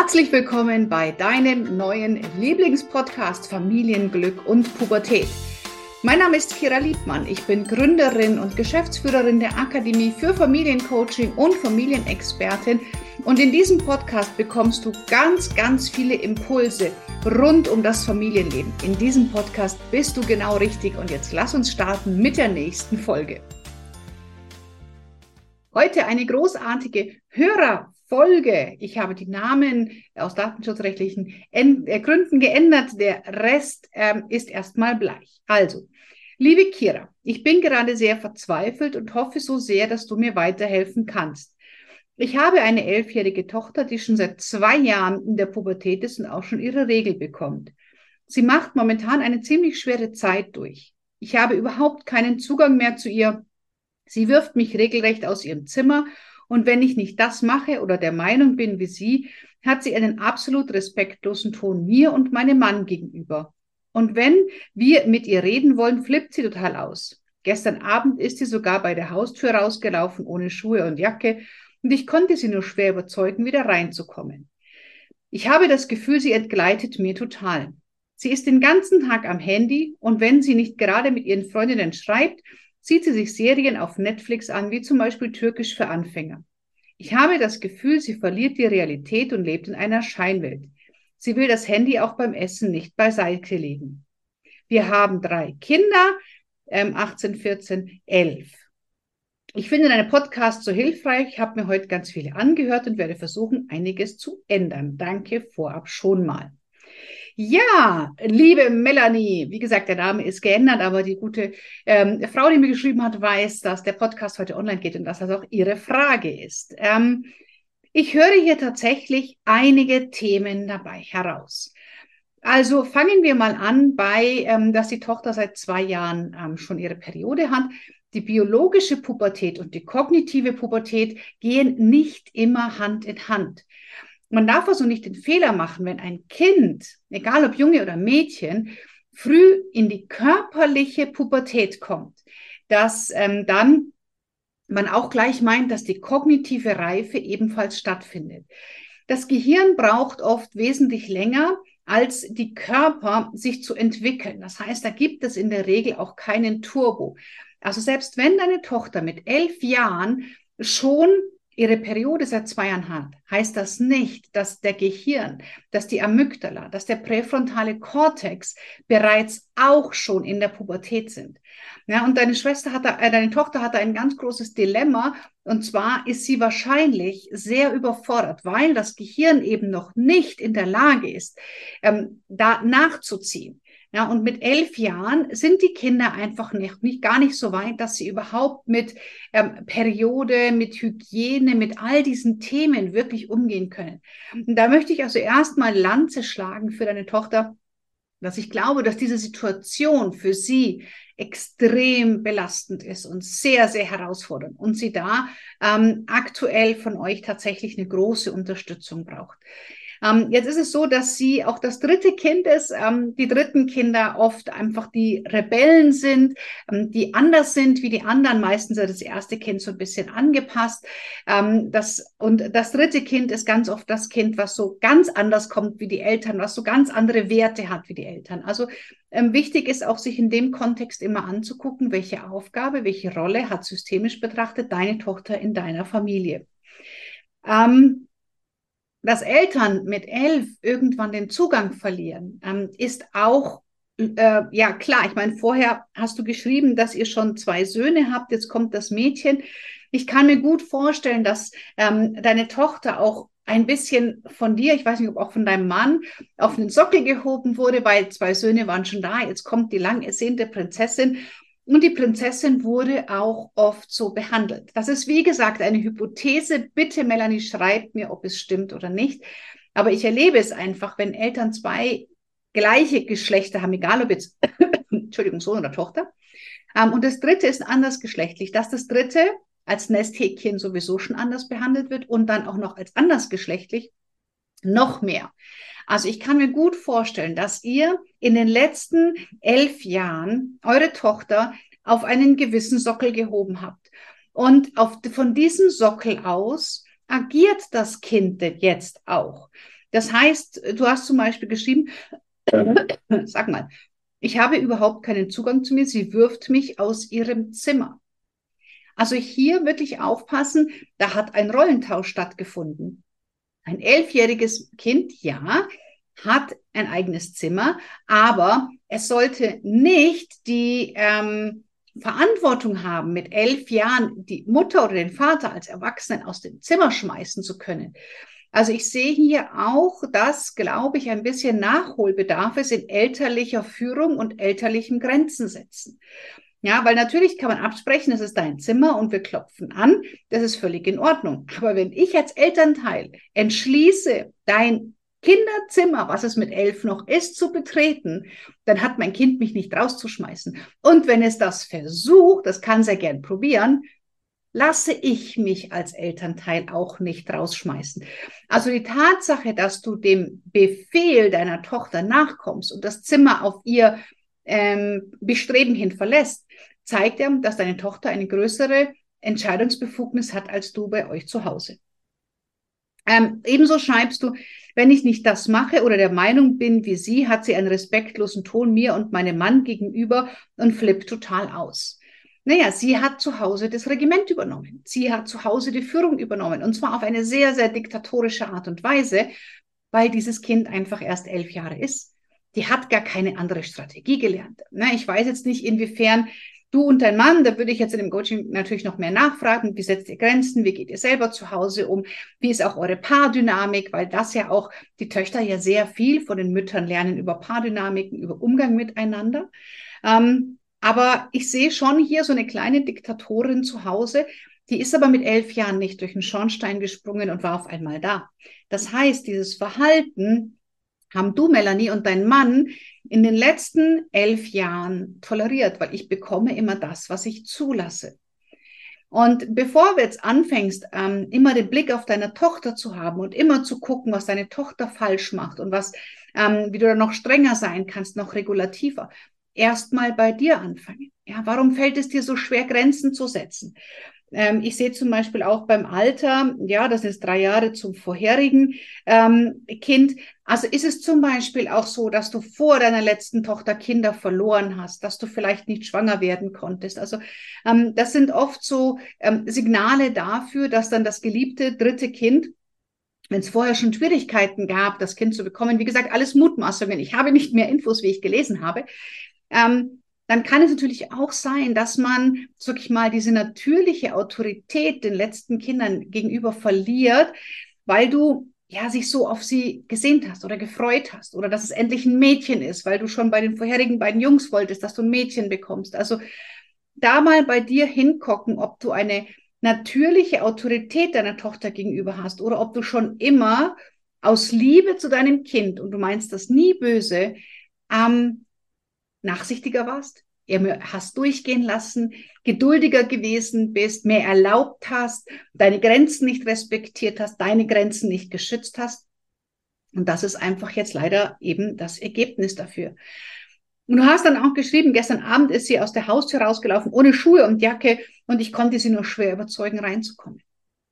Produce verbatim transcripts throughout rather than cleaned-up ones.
Herzlich willkommen bei deinem neuen Lieblingspodcast Familienglück und Pubertät. Mein Name ist Kira Liebmann. Ich bin Gründerin und Geschäftsführerin der Akademie für Familiencoaching und Familienexpertin. Und in diesem Podcast bekommst du ganz, ganz viele Impulse rund um das Familienleben. In diesem Podcast bist du genau richtig. Und jetzt lass uns starten mit der nächsten Folge. Heute eine großartige Hörerfolge. Ich habe die Namen aus datenschutzrechtlichen Gründen geändert. Der Rest ähm, ist erstmal gleich. Also, liebe Kira, ich bin gerade sehr verzweifelt und hoffe so sehr, dass du mir weiterhelfen kannst. Ich habe eine elfjährige Tochter, die schon seit zwei Jahren in der Pubertät ist und auch schon ihre Regel bekommt. Sie macht momentan eine ziemlich schwere Zeit durch. Ich habe überhaupt keinen Zugang mehr zu ihr. Sie wirft mich regelrecht aus ihrem Zimmer und wenn ich nicht das mache oder der Meinung bin wie sie, hat sie einen absolut respektlosen Ton mir und meinem Mann gegenüber. Und wenn wir mit ihr reden wollen, flippt sie total aus. Gestern Abend ist sie sogar bei der Haustür rausgelaufen, ohne Schuhe und Jacke, und ich konnte sie nur schwer überzeugen, wieder reinzukommen. Ich habe das Gefühl, sie entgleitet mir total. Sie ist den ganzen Tag am Handy und wenn sie nicht gerade mit ihren Freundinnen schreibt, sieht sie sich Serien auf Netflix an, wie zum Beispiel Türkisch für Anfänger. Ich habe das Gefühl, sie verliert die Realität und lebt in einer Scheinwelt. Sie will das Handy auch beim Essen nicht beiseite legen. Wir haben drei Kinder, ähm, achtzehn, vierzehn, elf. Ich finde deine Podcasts so hilfreich. Ich habe mir heute ganz viele angehört und werde versuchen, einiges zu ändern. Danke vorab schon mal. Ja, liebe Melanie, wie gesagt, der Name ist geändert, aber die gute ähm, Frau, die mir geschrieben hat, weiß, dass der Podcast heute online geht und dass das auch ihre Frage ist. Ähm, ich höre hier tatsächlich einige Themen dabei heraus. Also fangen wir mal an bei, ähm, dass die Tochter seit zwei Jahren ähm, schon ihre Periode hat. Die biologische Pubertät und die kognitive Pubertät gehen nicht immer Hand in Hand. Man darf also nicht den Fehler machen, wenn ein Kind, egal ob Junge oder Mädchen, früh in die körperliche Pubertät kommt, dass ähm, dann man auch gleich meint, dass die kognitive Reife ebenfalls stattfindet. Das Gehirn braucht oft wesentlich länger, als die Körper sich zu entwickeln. Das heißt, da gibt es in der Regel auch keinen Turbo. Also selbst wenn deine Tochter mit elf Jahren schon ihre Periode seit zwei Jahren hat, heißt das nicht, dass der Gehirn, dass die Amygdala, dass der präfrontale Kortex bereits auch schon in der Pubertät sind. Ja, und deine Schwester hat, da, äh, deine Tochter hatte ein ganz großes Dilemma, und zwar ist sie wahrscheinlich sehr überfordert, weil das Gehirn eben noch nicht in der Lage ist, ähm, da nachzuziehen. Ja, und mit elf Jahren sind die Kinder einfach nicht, nicht gar nicht so weit, dass sie überhaupt mit ähm, Periode, mit Hygiene, mit all diesen Themen wirklich umgehen können. Und da möchte ich also erstmal Lanze schlagen für deine Tochter, dass ich glaube, dass diese Situation für sie extrem belastend ist und sehr, sehr herausfordernd und sie da ähm, aktuell von euch tatsächlich eine große Unterstützung braucht. Ähm, jetzt ist es so, dass sie auch das dritte Kind ist, ähm, die dritten Kinder oft einfach die Rebellen sind, ähm, die anders sind wie die anderen. Meistens ist das erste Kind so ein bisschen angepasst. Ähm, das, und das dritte Kind ist ganz oft das Kind, was so ganz anders kommt wie die Eltern, was so ganz andere Werte hat wie die Eltern. Also ähm, wichtig ist auch, sich in dem Kontext immer anzugucken, welche Aufgabe, welche Rolle hat systemisch betrachtet deine Tochter in deiner Familie. Ähm, Dass Eltern mit elf irgendwann den Zugang verlieren, ähm, ist auch, äh, ja klar, ich meine, vorher hast du geschrieben, dass ihr schon zwei Söhne habt, jetzt kommt das Mädchen. Ich kann mir gut vorstellen, dass ähm, deine Tochter auch ein bisschen von dir, ich weiß nicht, ob auch von deinem Mann, auf den Sockel gehoben wurde, weil zwei Söhne waren schon da, jetzt kommt die lang ersehnte Prinzessin. Und die Prinzessin wurde auch oft so behandelt. Das ist, wie gesagt, eine Hypothese. Bitte, Melanie, schreibt mir, ob es stimmt oder nicht. Aber ich erlebe es einfach, wenn Eltern zwei gleiche Geschlechter haben, egal ob jetzt, Entschuldigung, Sohn oder Tochter. Und das dritte ist andersgeschlechtlich, dass das dritte als Nesthäkchen sowieso schon anders behandelt wird und dann auch noch als andersgeschlechtlich noch mehr. Also ich kann mir gut vorstellen, dass ihr in den letzten elf Jahren eure Tochter auf einen gewissen Sockel gehoben habt. Und auf, von diesem Sockel aus agiert das Kind jetzt auch. Das heißt, du hast zum Beispiel geschrieben, sag mal, ich habe überhaupt keinen Zugang zu mir, sie wirft mich aus ihrem Zimmer. Also hier wirklich aufpassen, da hat ein Rollentausch stattgefunden. Ein elfjähriges Kind, ja, hat ein eigenes Zimmer, aber es sollte nicht die ähm, Verantwortung haben, mit elf Jahren die Mutter oder den Vater als Erwachsenen aus dem Zimmer schmeißen zu können. Also ich sehe hier auch, dass, glaube ich, ein bisschen Nachholbedarf ist in elterlicher Führung und elterlichem Grenzen setzen. Ja, weil natürlich kann man absprechen, es ist dein Zimmer und wir klopfen an, das ist völlig in Ordnung. Aber wenn ich als Elternteil entschließe, dein Kinderzimmer, was es mit elf noch ist, zu betreten, dann hat mein Kind mich nicht rauszuschmeißen. Und wenn es das versucht, das kann sehr gern probieren, lasse ich mich als Elternteil auch nicht rausschmeißen. Also die Tatsache, dass du dem Befehl deiner Tochter nachkommst und das Zimmer auf ihr ähm, Bestreben hin verlässt, zeigt ja, dass deine Tochter eine größere Entscheidungsbefugnis hat als du bei euch zu Hause. Ähm, ebenso schreibst du, wenn ich nicht das mache oder der Meinung bin wie sie, hat sie einen respektlosen Ton mir und meinem Mann gegenüber und flippt total aus. Naja, sie hat zu Hause das Regiment übernommen. Sie hat zu Hause die Führung übernommen. Und zwar auf eine sehr, sehr diktatorische Art und Weise, weil dieses Kind einfach erst elf Jahre ist. Die hat gar keine andere Strategie gelernt. Ich weiß jetzt nicht, inwiefern du und dein Mann, da würde ich jetzt in dem Coaching natürlich noch mehr nachfragen, wie setzt ihr Grenzen, wie geht ihr selber zu Hause um, wie ist auch eure Paardynamik, weil das ja auch, die Töchter ja sehr viel von den Müttern lernen über Paardynamiken, über Umgang miteinander. Ähm, aber ich sehe schon hier so eine kleine Diktatorin zu Hause, die ist aber mit elf Jahren nicht durch den Schornstein gesprungen und war auf einmal da. Das heißt, dieses Verhalten haben du, Melanie, und dein Mann in den letzten elf Jahren toleriert, weil ich bekomme immer das, was ich zulasse. Und bevor du jetzt anfängst, ähm, immer den Blick auf deine Tochter zu haben und immer zu gucken, was deine Tochter falsch macht und was, ähm, wie du da noch strenger sein kannst, noch regulativer, erstmal bei dir anfangen. Ja, warum fällt es dir so schwer, Grenzen zu setzen? Ähm, ich sehe zum Beispiel auch beim Alter, ja, das ist drei Jahre zum vorherigen ähm, Kind. Also ist es zum Beispiel auch so, dass du vor deiner letzten Tochter Kinder verloren hast, dass du vielleicht nicht schwanger werden konntest. Also ähm, das sind oft so ähm, Signale dafür, dass dann das geliebte dritte Kind, wenn es vorher schon Schwierigkeiten gab, das Kind zu bekommen, wie gesagt, alles Mutmaßungen. Ich habe nicht mehr Infos, wie ich gelesen habe. Ähm, dann kann es natürlich auch sein, dass man, sag ich mal, diese natürliche Autorität den letzten Kindern gegenüber verliert, weil du ja sich so auf sie gesehnt hast oder gefreut hast oder dass es endlich ein Mädchen ist, weil du schon bei den vorherigen beiden Jungs wolltest, dass du ein Mädchen bekommst. Also da mal bei dir hingucken, ob du eine natürliche Autorität deiner Tochter gegenüber hast oder ob du schon immer aus Liebe zu deinem Kind, und du meinst das nie böse, ähm, nachsichtiger warst, eher hast durchgehen lassen, geduldiger gewesen bist, mehr erlaubt hast, deine Grenzen nicht respektiert hast, deine Grenzen nicht geschützt hast. Und das ist einfach jetzt leider eben das Ergebnis dafür. Und du hast dann auch geschrieben, gestern Abend ist sie aus der Haustür rausgelaufen, ohne Schuhe und Jacke, und ich konnte sie nur schwer überzeugen, reinzukommen.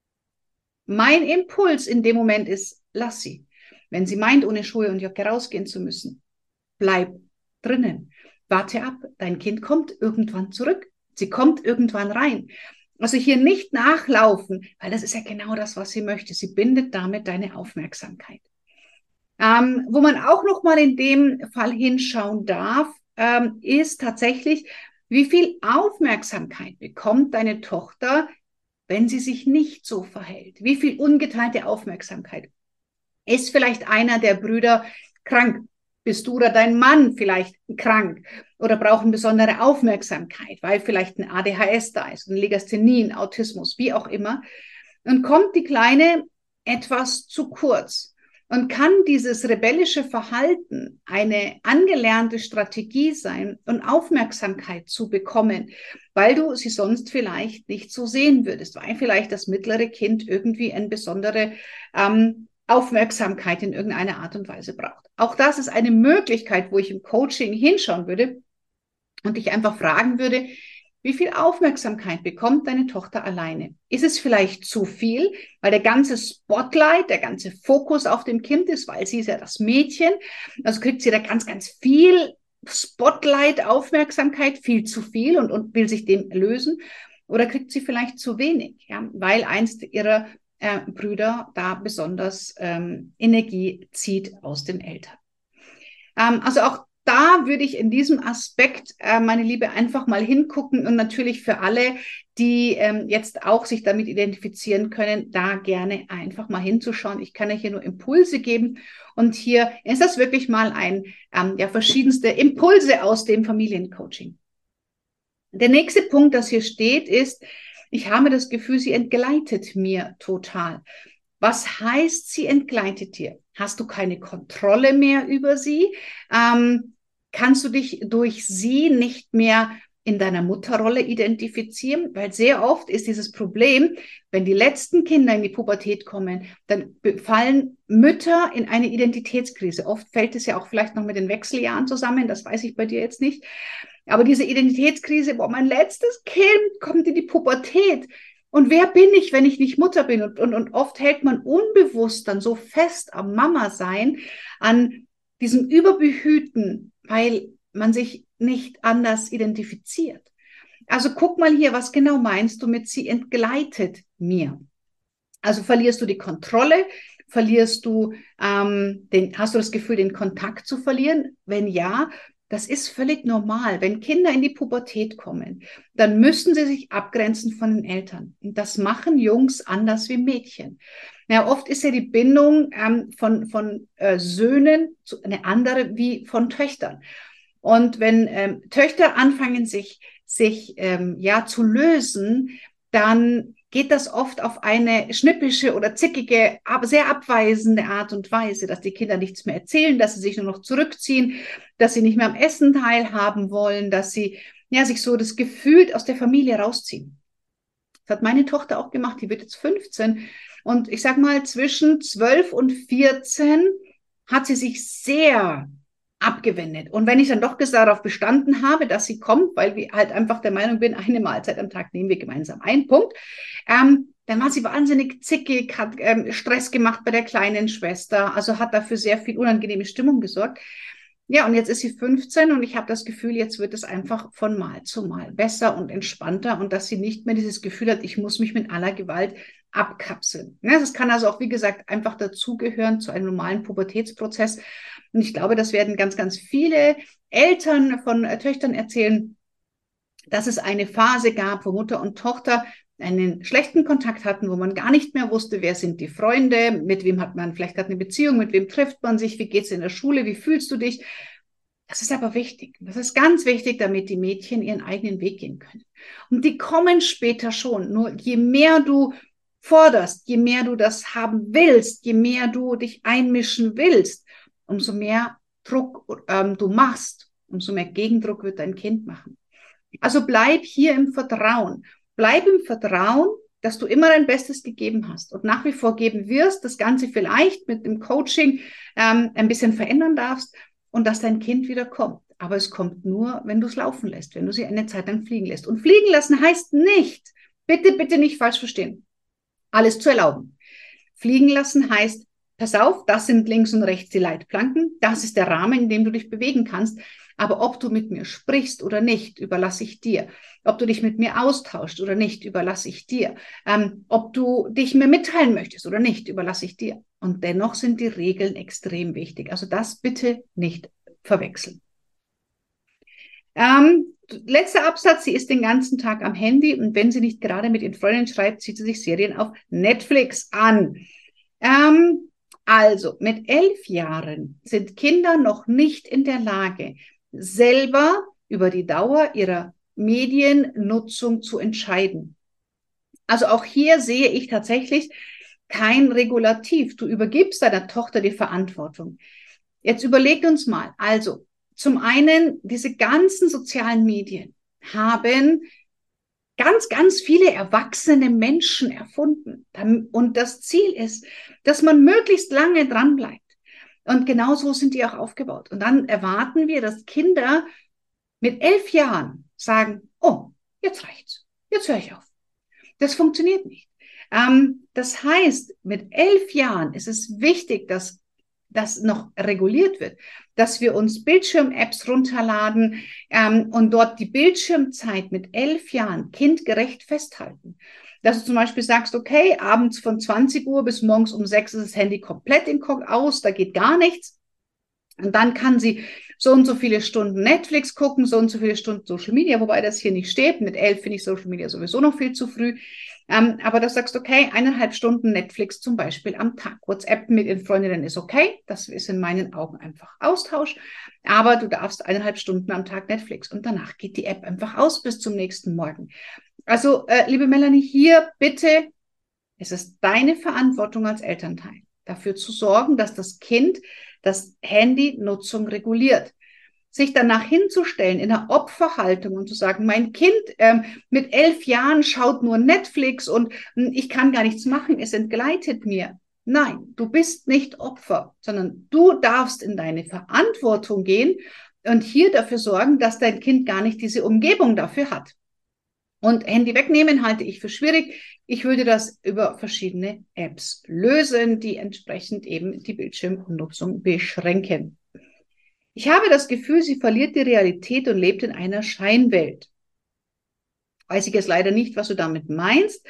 Mein Impuls in dem Moment ist, lass sie. Wenn sie meint, ohne Schuhe und Jacke rausgehen zu müssen, bleib drinnen. Warte ab, dein Kind kommt irgendwann zurück. Sie kommt irgendwann rein. Also hier nicht nachlaufen, weil das ist ja genau das, was sie möchte. Sie bindet damit deine Aufmerksamkeit. Ähm, wo man auch noch mal in dem Fall hinschauen darf, ähm, ist tatsächlich, wie viel Aufmerksamkeit bekommt deine Tochter, wenn sie sich nicht so verhält? Wie viel ungeteilte Aufmerksamkeit? Ist vielleicht einer der Brüder krank? Bist du oder dein Mann vielleicht krank oder brauchen besondere Aufmerksamkeit, weil vielleicht ein A D H S da ist, ein Legasthenie, ein Autismus, wie auch immer. Und kommt die Kleine etwas zu kurz und kann dieses rebellische Verhalten eine angelernte Strategie sein, um Aufmerksamkeit zu bekommen, weil du sie sonst vielleicht nicht so sehen würdest, weil vielleicht das mittlere Kind irgendwie eine besondere ähm, Aufmerksamkeit in irgendeiner Art und Weise braucht. Auch das ist eine Möglichkeit, wo ich im Coaching hinschauen würde und dich einfach fragen würde, Wie viel Aufmerksamkeit bekommt deine Tochter alleine? Ist es vielleicht zu viel, weil der ganze Spotlight, der ganze Fokus auf dem Kind ist, weil sie ist ja das Mädchen. Also kriegt sie da ganz, ganz viel Spotlight, Aufmerksamkeit, viel zu viel und, und will sich dem lösen. Oder kriegt sie vielleicht zu wenig, ja, weil eins ihrer äh, Brüder da besonders ähm, Energie zieht aus den Eltern. Ähm, also auch da würde ich in diesem Aspekt, äh, meine Liebe, einfach mal hingucken und natürlich für alle, die ähm, jetzt auch sich damit identifizieren können, da gerne einfach mal hinzuschauen. Ich kann ja hier nur Impulse geben und hier ist das wirklich mal ein, ähm, ja, verschiedenste Impulse aus dem Familiencoaching. Der nächste Punkt, das hier steht, ist, ich habe das Gefühl, sie entgleitet mir total. Was heißt, sie entgleitet dir? Hast du keine Kontrolle mehr über sie? Ähm, kannst du dich durch sie nicht mehr in deiner Mutterrolle identifizieren? Weil sehr oft ist dieses Problem, wenn die letzten Kinder in die Pubertät kommen, dann fallen Mütter in eine Identitätskrise. Oft fällt es ja auch vielleicht noch mit den Wechseljahren zusammen, das weiß ich bei dir jetzt nicht. Aber diese Identitätskrise, boah, mein letztes Kind kommt in die Pubertät. Und wer bin ich, wenn ich nicht Mutter bin? Und, und, und oft hält man unbewusst dann so fest am Mama-Sein, an diesem Überbehüten, weil man sich nicht anders identifiziert. Also guck mal hier, was genau meinst du mit sie entgleitet mir? Also verlierst du die Kontrolle? Verlierst du, ähm, den, hast du das Gefühl, den Kontakt zu verlieren? Wenn ja, das ist völlig normal. Wenn Kinder in die Pubertät kommen, dann müssen sie sich abgrenzen von den Eltern. Und das machen Jungs anders wie Mädchen. Ja, oft ist ja die Bindung ähm, von, von äh, Söhnen zu, eine andere wie von Töchtern. Und wenn ähm, Töchter anfangen, sich, sich ähm, ja, zu lösen, dann geht das oft auf eine schnippische oder zickige, aber sehr abweisende Art und Weise, dass die Kinder nichts mehr erzählen, dass sie sich nur noch zurückziehen, dass sie nicht mehr am Essen teilhaben wollen, dass sie ja, sich so das Gefühl aus der Familie rausziehen. Das hat meine Tochter auch gemacht, die wird jetzt fünfzehn. Und ich sag mal, zwischen zwölf und vierzehn hat sie sich sehr abgewendet. Und wenn ich dann doch darauf bestanden habe, dass sie kommt, weil wir halt einfach der Meinung bin, eine Mahlzeit am Tag nehmen wir gemeinsam ein, Punkt, ähm, dann war sie wahnsinnig zickig, hat ähm, Stress gemacht bei der kleinen Schwester, also hat dafür sehr viel unangenehme Stimmung gesorgt. Ja, und jetzt ist sie fünfzehn und ich habe das Gefühl, jetzt wird es einfach von Mal zu Mal besser und entspannter und dass sie nicht mehr dieses Gefühl hat, ich muss mich mit aller Gewalt abkapseln. Ja, das kann also auch, wie gesagt, einfach dazugehören zu einem normalen Pubertätsprozess. Und ich glaube, das werden ganz, ganz viele Eltern von äh, Töchtern erzählen, dass es eine Phase gab, wo Mutter und Tochter einen schlechten Kontakt hatten, wo man gar nicht mehr wusste, wer sind die Freunde, mit wem hat man vielleicht gerade eine Beziehung, mit wem trifft man sich, wie geht's in der Schule, wie fühlst du dich? Das ist aber wichtig. Das ist ganz wichtig, damit die Mädchen ihren eigenen Weg gehen können. Und die kommen später schon. Nur je mehr du forderst, je mehr du das haben willst, je mehr du dich einmischen willst, umso mehr Druck ähm, du machst, umso mehr Gegendruck wird dein Kind machen. Also bleib hier im Vertrauen. Bleib im Vertrauen, dass du immer dein Bestes gegeben hast und nach wie vor geben wirst, das Ganze vielleicht mit dem Coaching ähm, ein bisschen verändern darfst und dass dein Kind wieder kommt. Aber es kommt nur, wenn du es laufen lässt, wenn du sie eine Zeit lang fliegen lässt. Und fliegen lassen heißt nicht, bitte, bitte nicht falsch verstehen, alles zu erlauben. Fliegen lassen heißt, pass auf, das sind links und rechts die Leitplanken, das ist der Rahmen, in dem du dich bewegen kannst. Aber ob du mit mir sprichst oder nicht, überlasse ich dir. Ob du dich mit mir austauschst oder nicht, überlasse ich dir. Ähm, ob du dich mir mitteilen möchtest oder nicht, überlasse ich dir. Und dennoch sind die Regeln extrem wichtig. Also das bitte nicht verwechseln. Ähm, letzter Absatz, sie ist den ganzen Tag am Handy und wenn sie nicht gerade mit ihren Freunden schreibt, zieht sie sich Serien auf Netflix an. Ähm, also mit elf Jahren sind Kinder noch nicht in der Lage, selber über die Dauer ihrer Mediennutzung zu entscheiden. Also auch hier sehe ich tatsächlich kein Regulativ. Du übergibst deiner Tochter die Verantwortung. Jetzt überlegt uns mal, also zum einen, diese ganzen sozialen Medien haben ganz, ganz viele erwachsene Menschen erfunden. Und das Ziel ist, dass man möglichst lange dran bleibt. Und genau so sind die auch aufgebaut. Und dann erwarten wir, dass Kinder mit elf Jahren sagen, oh, jetzt reicht's, jetzt höre ich auf. Das funktioniert nicht. Ähm, das heißt, mit elf Jahren ist es wichtig, dass das noch reguliert wird, dass wir uns Bildschirm-Apps runterladen ähm, und dort die Bildschirmzeit mit elf Jahren kindgerecht festhalten. Dass du zum Beispiel sagst, okay, abends von zwanzig Uhr bis morgens um sechs ist das Handy komplett in aus, da geht gar nichts. Und dann kann sie so und so viele Stunden Netflix gucken, so und so viele Stunden Social Media, wobei das hier nicht steht. Mit elf finde ich Social Media sowieso noch viel zu früh. Ähm, aber du sagst, okay, eineinhalb Stunden Netflix zum Beispiel am Tag. WhatsApp mit den Freundinnen ist okay. Das ist in meinen Augen einfach Austausch. Aber du darfst eineinhalb Stunden am Tag Netflix und danach geht die App einfach aus bis zum nächsten Morgen. Also, äh, liebe Melanie, hier bitte, es ist deine Verantwortung als Elternteil, dafür zu sorgen, dass das Kind das Handy-Nutzung reguliert. Sich danach hinzustellen in einer Opferhaltung und zu sagen, mein Kind ähm, mit elf Jahren schaut nur Netflix und hm, ich kann gar nichts machen, es entgleitet mir. Nein, du bist nicht Opfer, sondern du darfst in deine Verantwortung gehen und hier dafür sorgen, dass dein Kind gar nicht diese Umgebung dafür hat. Und Handy wegnehmen halte ich für schwierig. Ich würde das über verschiedene Apps lösen, die entsprechend eben die Bildschirmnutzung beschränken. Ich habe das Gefühl, sie verliert die Realität und lebt in einer Scheinwelt. Weiß ich jetzt leider nicht, was du damit meinst.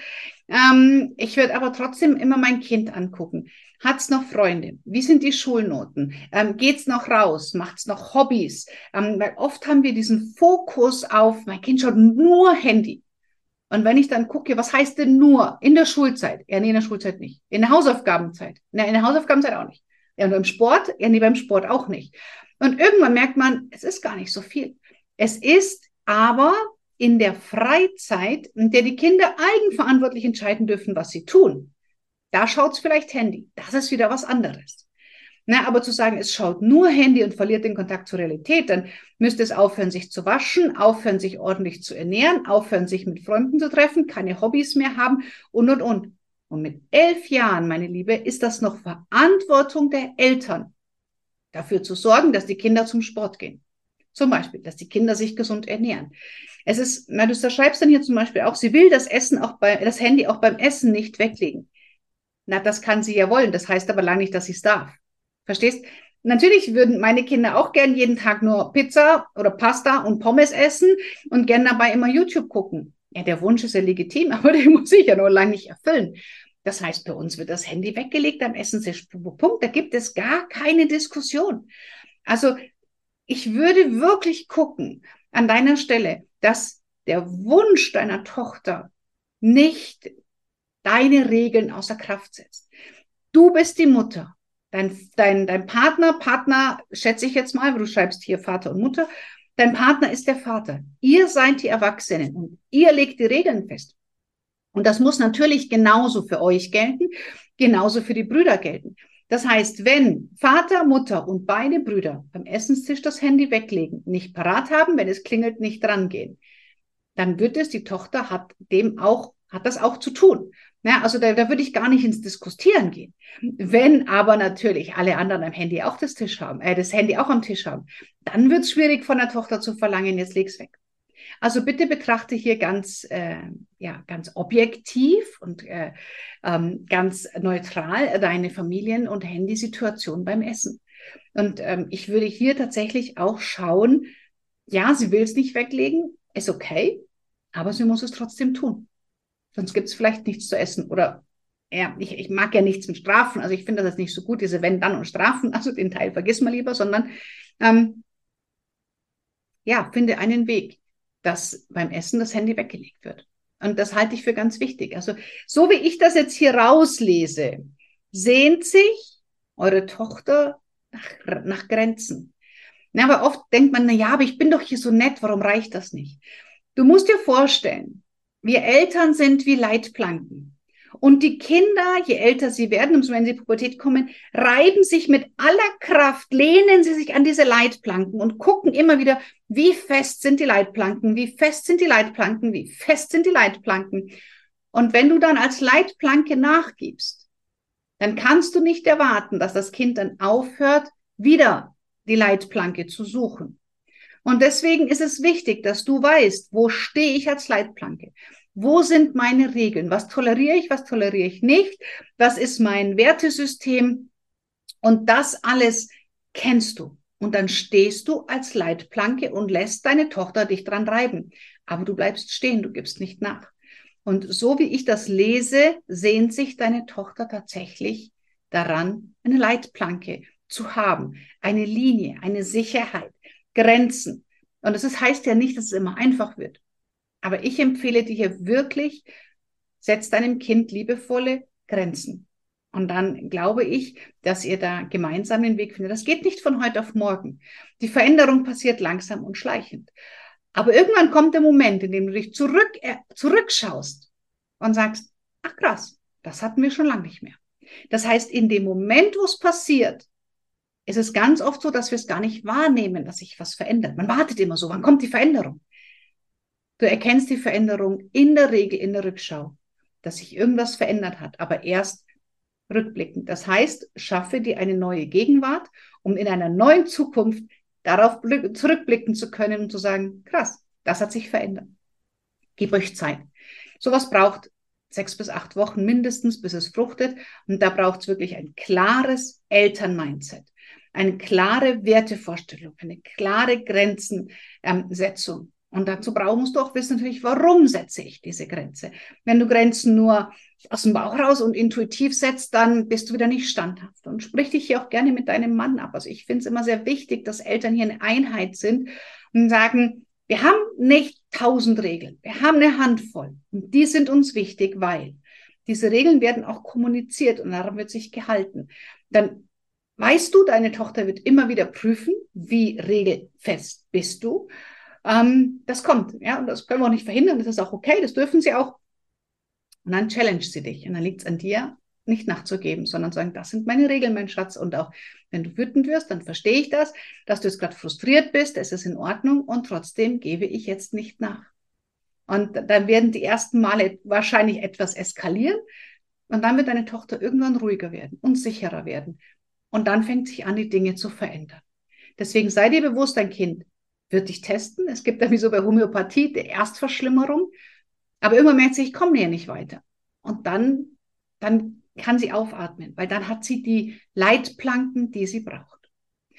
Ähm, ich werde aber trotzdem immer mein Kind angucken. Hat es noch Freunde? Wie sind die Schulnoten? Ähm, Geht es noch raus? Macht es noch Hobbys? Ähm, weil oft haben wir diesen Fokus auf, mein Kind schaut nur Handy. Und wenn ich dann gucke, was heißt denn nur in der Schulzeit? Ja, nee, in der Schulzeit nicht. In der Hausaufgabenzeit? Nee, in der Hausaufgabenzeit auch nicht. Ja, und beim Sport? Ja, nee, beim Sport auch nicht. Und irgendwann merkt man, es ist gar nicht so viel. Es ist aber in der Freizeit, in der die Kinder eigenverantwortlich entscheiden dürfen, was sie tun. Da schaut es vielleicht Handy. Das ist wieder was anderes. Na, aber zu sagen, es schaut nur Handy und verliert den Kontakt zur Realität, dann müsste es aufhören, sich zu waschen, aufhören, sich ordentlich zu ernähren, aufhören, sich mit Freunden zu treffen, keine Hobbys mehr haben und, und, und. Und mit elf Jahren, meine Liebe, ist das noch Verantwortung der Eltern, dafür zu sorgen, dass die Kinder zum Sport gehen. Zum Beispiel, dass die Kinder sich gesund ernähren. Es ist, na, du schreibst dann hier zum Beispiel auch, sie will das Essen auch bei, das Handy auch beim Essen nicht weglegen. Na, das kann sie ja wollen. Das heißt aber lange nicht, dass sie es darf. Verstehst? Natürlich würden meine Kinder auch gern jeden Tag nur Pizza oder Pasta und Pommes essen und gern dabei immer YouTube gucken. Ja, der Wunsch ist ja legitim, aber den muss ich ja nur lange nicht erfüllen. Das heißt, bei uns wird das Handy weggelegt am Essenstisch. Punkt. Da gibt es gar keine Diskussion. Also ich würde wirklich gucken an deiner Stelle, dass der Wunsch deiner Tochter nicht deine Regeln außer Kraft setzt. Du bist die Mutter. Dein, dein, dein Partner, Partner, schätze ich jetzt mal, weil du schreibst hier Vater und Mutter, dein Partner ist der Vater. Ihr seid die Erwachsenen und ihr legt die Regeln fest. Und das muss natürlich genauso für euch gelten, genauso für die Brüder gelten. Das heißt, wenn Vater, Mutter und beide Brüder beim Essenstisch das Handy weglegen, nicht parat haben, wenn es klingelt, nicht dran gehen, dann wird es, die Tochter hat dem auch, hat das auch zu tun. Ja, also da, da würde ich gar nicht ins Diskutieren gehen. Wenn aber natürlich alle anderen am Handy auch das Tisch haben, äh, das Handy auch am Tisch haben, dann wird es schwierig von der Tochter zu verlangen, jetzt leg's weg. Also bitte betrachte hier ganz, äh, ja, ganz objektiv und äh, ähm, ganz neutral deine Familien- und Handysituation beim Essen. Und ähm, ich würde hier tatsächlich auch schauen, ja, sie will es nicht weglegen, ist okay, aber sie muss es trotzdem tun. Sonst gibt es vielleicht nichts zu essen. Oder ja, ich, ich mag ja nichts mit Strafen. Also ich finde das jetzt nicht so gut, diese Wenn, Dann und Strafen. Also den Teil vergiss mal lieber, sondern ähm, ja, finde einen Weg, dass beim Essen das Handy weggelegt wird. Und das halte ich für ganz wichtig. Also so wie ich das jetzt hier rauslese, sehnt sich eure Tochter nach, nach Grenzen. Na, aber oft denkt man, na ja, aber ich bin doch hier so nett, warum reicht das nicht? Du musst dir vorstellen, wir Eltern sind wie Leitplanken. Und die Kinder, je älter sie werden, umso wenn sie in die Pubertät kommen, reiben sich mit aller Kraft, lehnen sie sich an diese Leitplanken und gucken immer wieder, wie fest sind die Leitplanken, wie fest sind die Leitplanken, wie fest sind die Leitplanken. Und wenn du dann als Leitplanke nachgibst, dann kannst du nicht erwarten, dass das Kind dann aufhört, wieder die Leitplanke zu suchen. Und deswegen ist es wichtig, dass du weißt, wo stehe ich als Leitplanke? Wo sind meine Regeln? Was toleriere ich, was toleriere ich nicht? Was ist mein Wertesystem? Und das alles kennst du. Und dann stehst du als Leitplanke und lässt deine Tochter dich dran reiben. Aber du bleibst stehen, du gibst nicht nach. Und so wie ich das lese, sehnt sich deine Tochter tatsächlich daran, eine Leitplanke zu haben, eine Linie, eine Sicherheit, Grenzen. Und das ist, heißt ja nicht, dass es immer einfach wird. Aber ich empfehle dir hier wirklich, setz deinem Kind liebevolle Grenzen. Und dann glaube ich, dass ihr da gemeinsam den Weg findet. Das geht nicht von heute auf morgen. Die Veränderung passiert langsam und schleichend. Aber irgendwann kommt der Moment, in dem du dich zurück, äh, zurückschaust und sagst, ach krass, das hatten wir schon lange nicht mehr. Das heißt, in dem Moment, wo es passiert, ist es ganz oft so, dass wir es gar nicht wahrnehmen, dass sich was verändert. Man wartet immer so, wann kommt die Veränderung? Du erkennst die Veränderung in der Regel in der Rückschau, dass sich irgendwas verändert hat, aber erst rückblickend. Das heißt, schaffe dir eine neue Gegenwart, um in einer neuen Zukunft darauf zurückblicken zu können und zu sagen, krass, das hat sich verändert. Gebt euch Zeit. Sowas braucht sechs bis acht Wochen mindestens, bis es fruchtet. Und da braucht es wirklich ein klares Elternmindset, eine klare Wertevorstellung, eine klare Grenzensetzung. Und dazu brauch, musst du auch wissen, natürlich, warum setze ich diese Grenze? Wenn du Grenzen nur aus dem Bauch raus und intuitiv setzt, dann bist du wieder nicht standhaft. Und sprich dich hier auch gerne mit deinem Mann ab. Also ich finde es immer sehr wichtig, dass Eltern hier eine Einheit sind und sagen, wir haben nicht tausend Regeln, wir haben eine Handvoll. Und die sind uns wichtig, weil diese Regeln werden auch kommuniziert und daran wird sich gehalten. Dann weißt du, deine Tochter wird immer wieder prüfen, wie regelfest bist du. Ähm, das kommt, ja, und das können wir auch nicht verhindern, das ist auch okay, das dürfen sie auch. Und dann challenge sie dich und dann liegt es an dir, nicht nachzugeben, sondern sagen, das sind meine Regeln, mein Schatz. Und auch wenn du wütend wirst, dann verstehe ich das, dass du jetzt gerade frustriert bist, es ist in Ordnung und trotzdem gebe ich jetzt nicht nach. Und dann werden die ersten Male wahrscheinlich etwas eskalieren und dann wird deine Tochter irgendwann ruhiger werden und sicherer werden. Und dann fängt sich an, die Dinge zu verändern. Deswegen sei dir bewusst, dein Kind wird dich testen. Es gibt da wie so bei Homöopathie die Erstverschlimmerung. Aber irgendwann merkt sie, ich komme hier nicht weiter. Und dann, dann kann sie aufatmen, weil dann hat sie die Leitplanken, die sie braucht.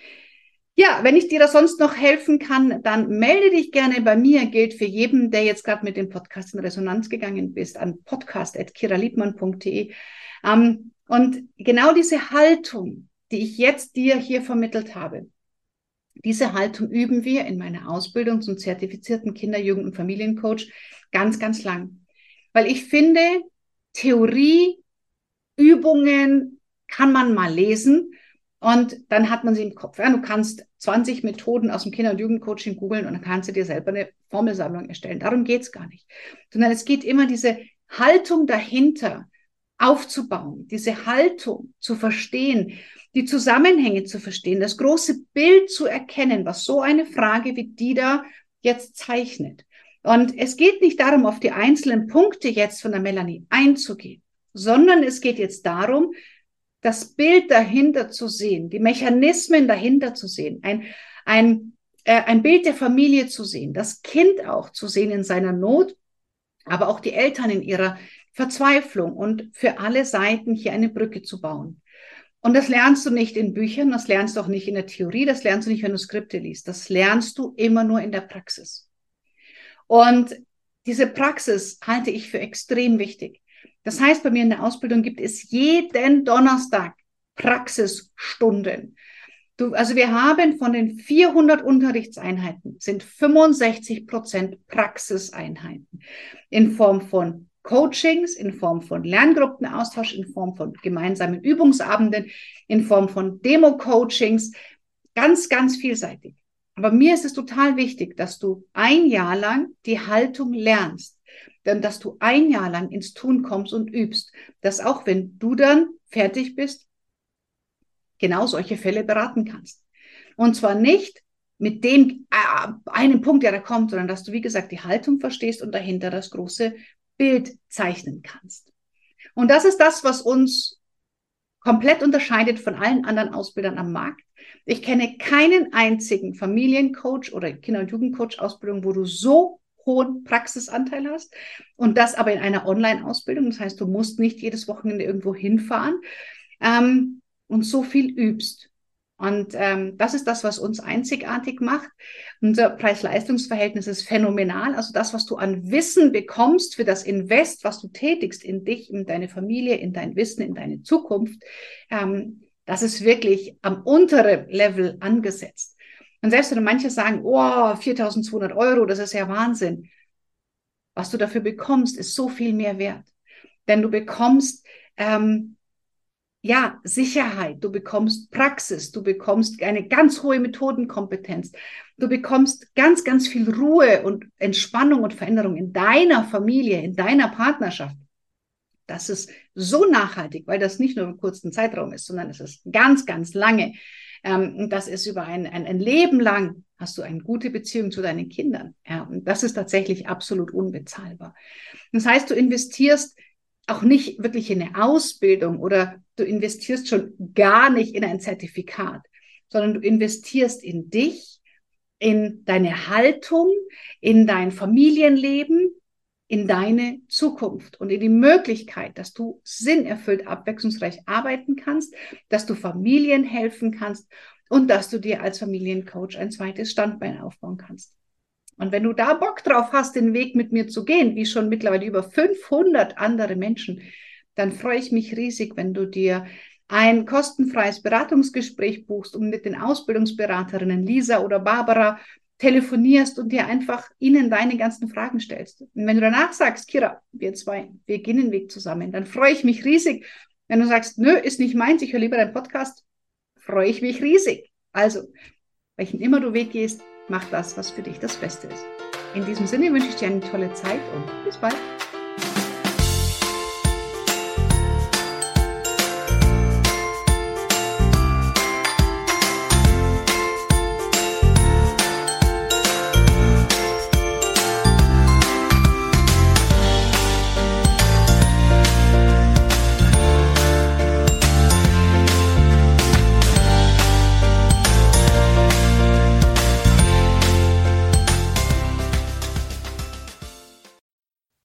Ja, wenn ich dir da sonst noch helfen kann, dann melde dich gerne bei mir. Gilt für jeden, der jetzt gerade mit dem Podcast in Resonanz gegangen ist, an podcast at kiraliebmann punkt de. Ähm, und genau diese Haltung, die ich jetzt dir hier vermittelt habe, diese Haltung üben wir in meiner Ausbildung zum zertifizierten Kinder-, Jugend- und Familiencoach ganz, ganz lang. Weil ich finde, Theorie, Übungen kann man mal lesen und dann hat man sie im Kopf. Ja, du kannst zwanzig Methoden aus dem Kinder- und Jugendcoaching googeln und dann kannst du dir selber eine Formelsammlung erstellen. Darum geht es gar nicht. Sondern es geht immer diese Haltung dahinter aufzubauen, diese Haltung zu verstehen, die Zusammenhänge zu verstehen, das große Bild zu erkennen, was so eine Frage wie die da jetzt zeichnet. Und es geht nicht darum, auf die einzelnen Punkte jetzt von der Melanie einzugehen, sondern es geht jetzt darum, das Bild dahinter zu sehen, die Mechanismen dahinter zu sehen, ein, ein, äh, ein Bild der Familie zu sehen, das Kind auch zu sehen in seiner Not, aber auch die Eltern in ihrer Verzweiflung und für alle Seiten hier eine Brücke zu bauen. Und das lernst du nicht in Büchern, das lernst du auch nicht in der Theorie, das lernst du nicht, wenn du Skripte liest. Das lernst du immer nur in der Praxis. Und diese Praxis halte ich für extrem wichtig. Das heißt, bei mir in der Ausbildung gibt es jeden Donnerstag Praxisstunden. Du, also wir haben von den vierhundert Unterrichtseinheiten sind fünfundsechzig Prozent Praxiseinheiten in Form von Coachings, in Form von Lerngruppenaustausch, in Form von gemeinsamen Übungsabenden, in Form von Demo-Coachings, ganz, ganz vielseitig. Aber mir ist es total wichtig, dass du ein Jahr lang die Haltung lernst, denn dass du ein Jahr lang ins Tun kommst und übst, dass auch wenn du dann fertig bist, genau solche Fälle beraten kannst. Und zwar nicht mit dem äh, einen Punkt, der da kommt, sondern dass du, wie gesagt, die Haltung verstehst und dahinter das große Bild zeichnen kannst. Und das ist das, was uns komplett unterscheidet von allen anderen Ausbildern am Markt. Ich kenne keinen einzigen Familiencoach oder Kinder- und Jugendcoach-Ausbildung, wo du so hohen Praxisanteil hast und das aber in einer Online-Ausbildung. Das heißt, du musst nicht jedes Wochenende irgendwo hinfahren ähm, und so viel übst. Und ähm, das ist das, was uns einzigartig macht. Unser Preis-Leistungs-Verhältnis ist phänomenal. Also das, was du an Wissen bekommst für das Invest, was du tätigst in dich, in deine Familie, in dein Wissen, in deine Zukunft, ähm, das ist wirklich am unteren Level angesetzt. Und selbst wenn manche sagen, oh, viertausendzweihundert Euro, das ist ja Wahnsinn. Was du dafür bekommst, ist so viel mehr wert. Denn du bekommst ähm, ja, Sicherheit, du bekommst Praxis, du bekommst eine ganz hohe Methodenkompetenz, du bekommst ganz, ganz viel Ruhe und Entspannung und Veränderung in deiner Familie, in deiner Partnerschaft. Das ist so nachhaltig, weil das nicht nur im kurzen Zeitraum ist, sondern es ist ganz, ganz lange. Ähm, das ist über ein, ein, ein Leben lang, hast du eine gute Beziehung zu deinen Kindern. Ja, und das ist tatsächlich absolut unbezahlbar. Das heißt, du investierst auch nicht wirklich in eine Ausbildung oder du investierst schon gar nicht in ein Zertifikat, sondern du investierst in dich, in deine Haltung, in dein Familienleben, in deine Zukunft und in die Möglichkeit, dass du sinnerfüllt, abwechslungsreich arbeiten kannst, dass du Familien helfen kannst und dass du dir als Familiencoach ein zweites Standbein aufbauen kannst. Und wenn du da Bock drauf hast, den Weg mit mir zu gehen, wie schon mittlerweile über fünfhundert andere Menschen, dann freue ich mich riesig, wenn du dir ein kostenfreies Beratungsgespräch buchst und mit den Ausbildungsberaterinnen Lisa oder Barbara telefonierst und dir einfach ihnen deine ganzen Fragen stellst. Und wenn du danach sagst, Kira, wir zwei, wir gehen den Weg zusammen, dann freue ich mich riesig. Wenn du sagst, nö, ist nicht meins, ich höre lieber deinen Podcast, freue ich mich riesig. Also, welchen immer du Weg gehst, mach das, was für dich das Beste ist. In diesem Sinne wünsche ich dir eine tolle Zeit und bis bald.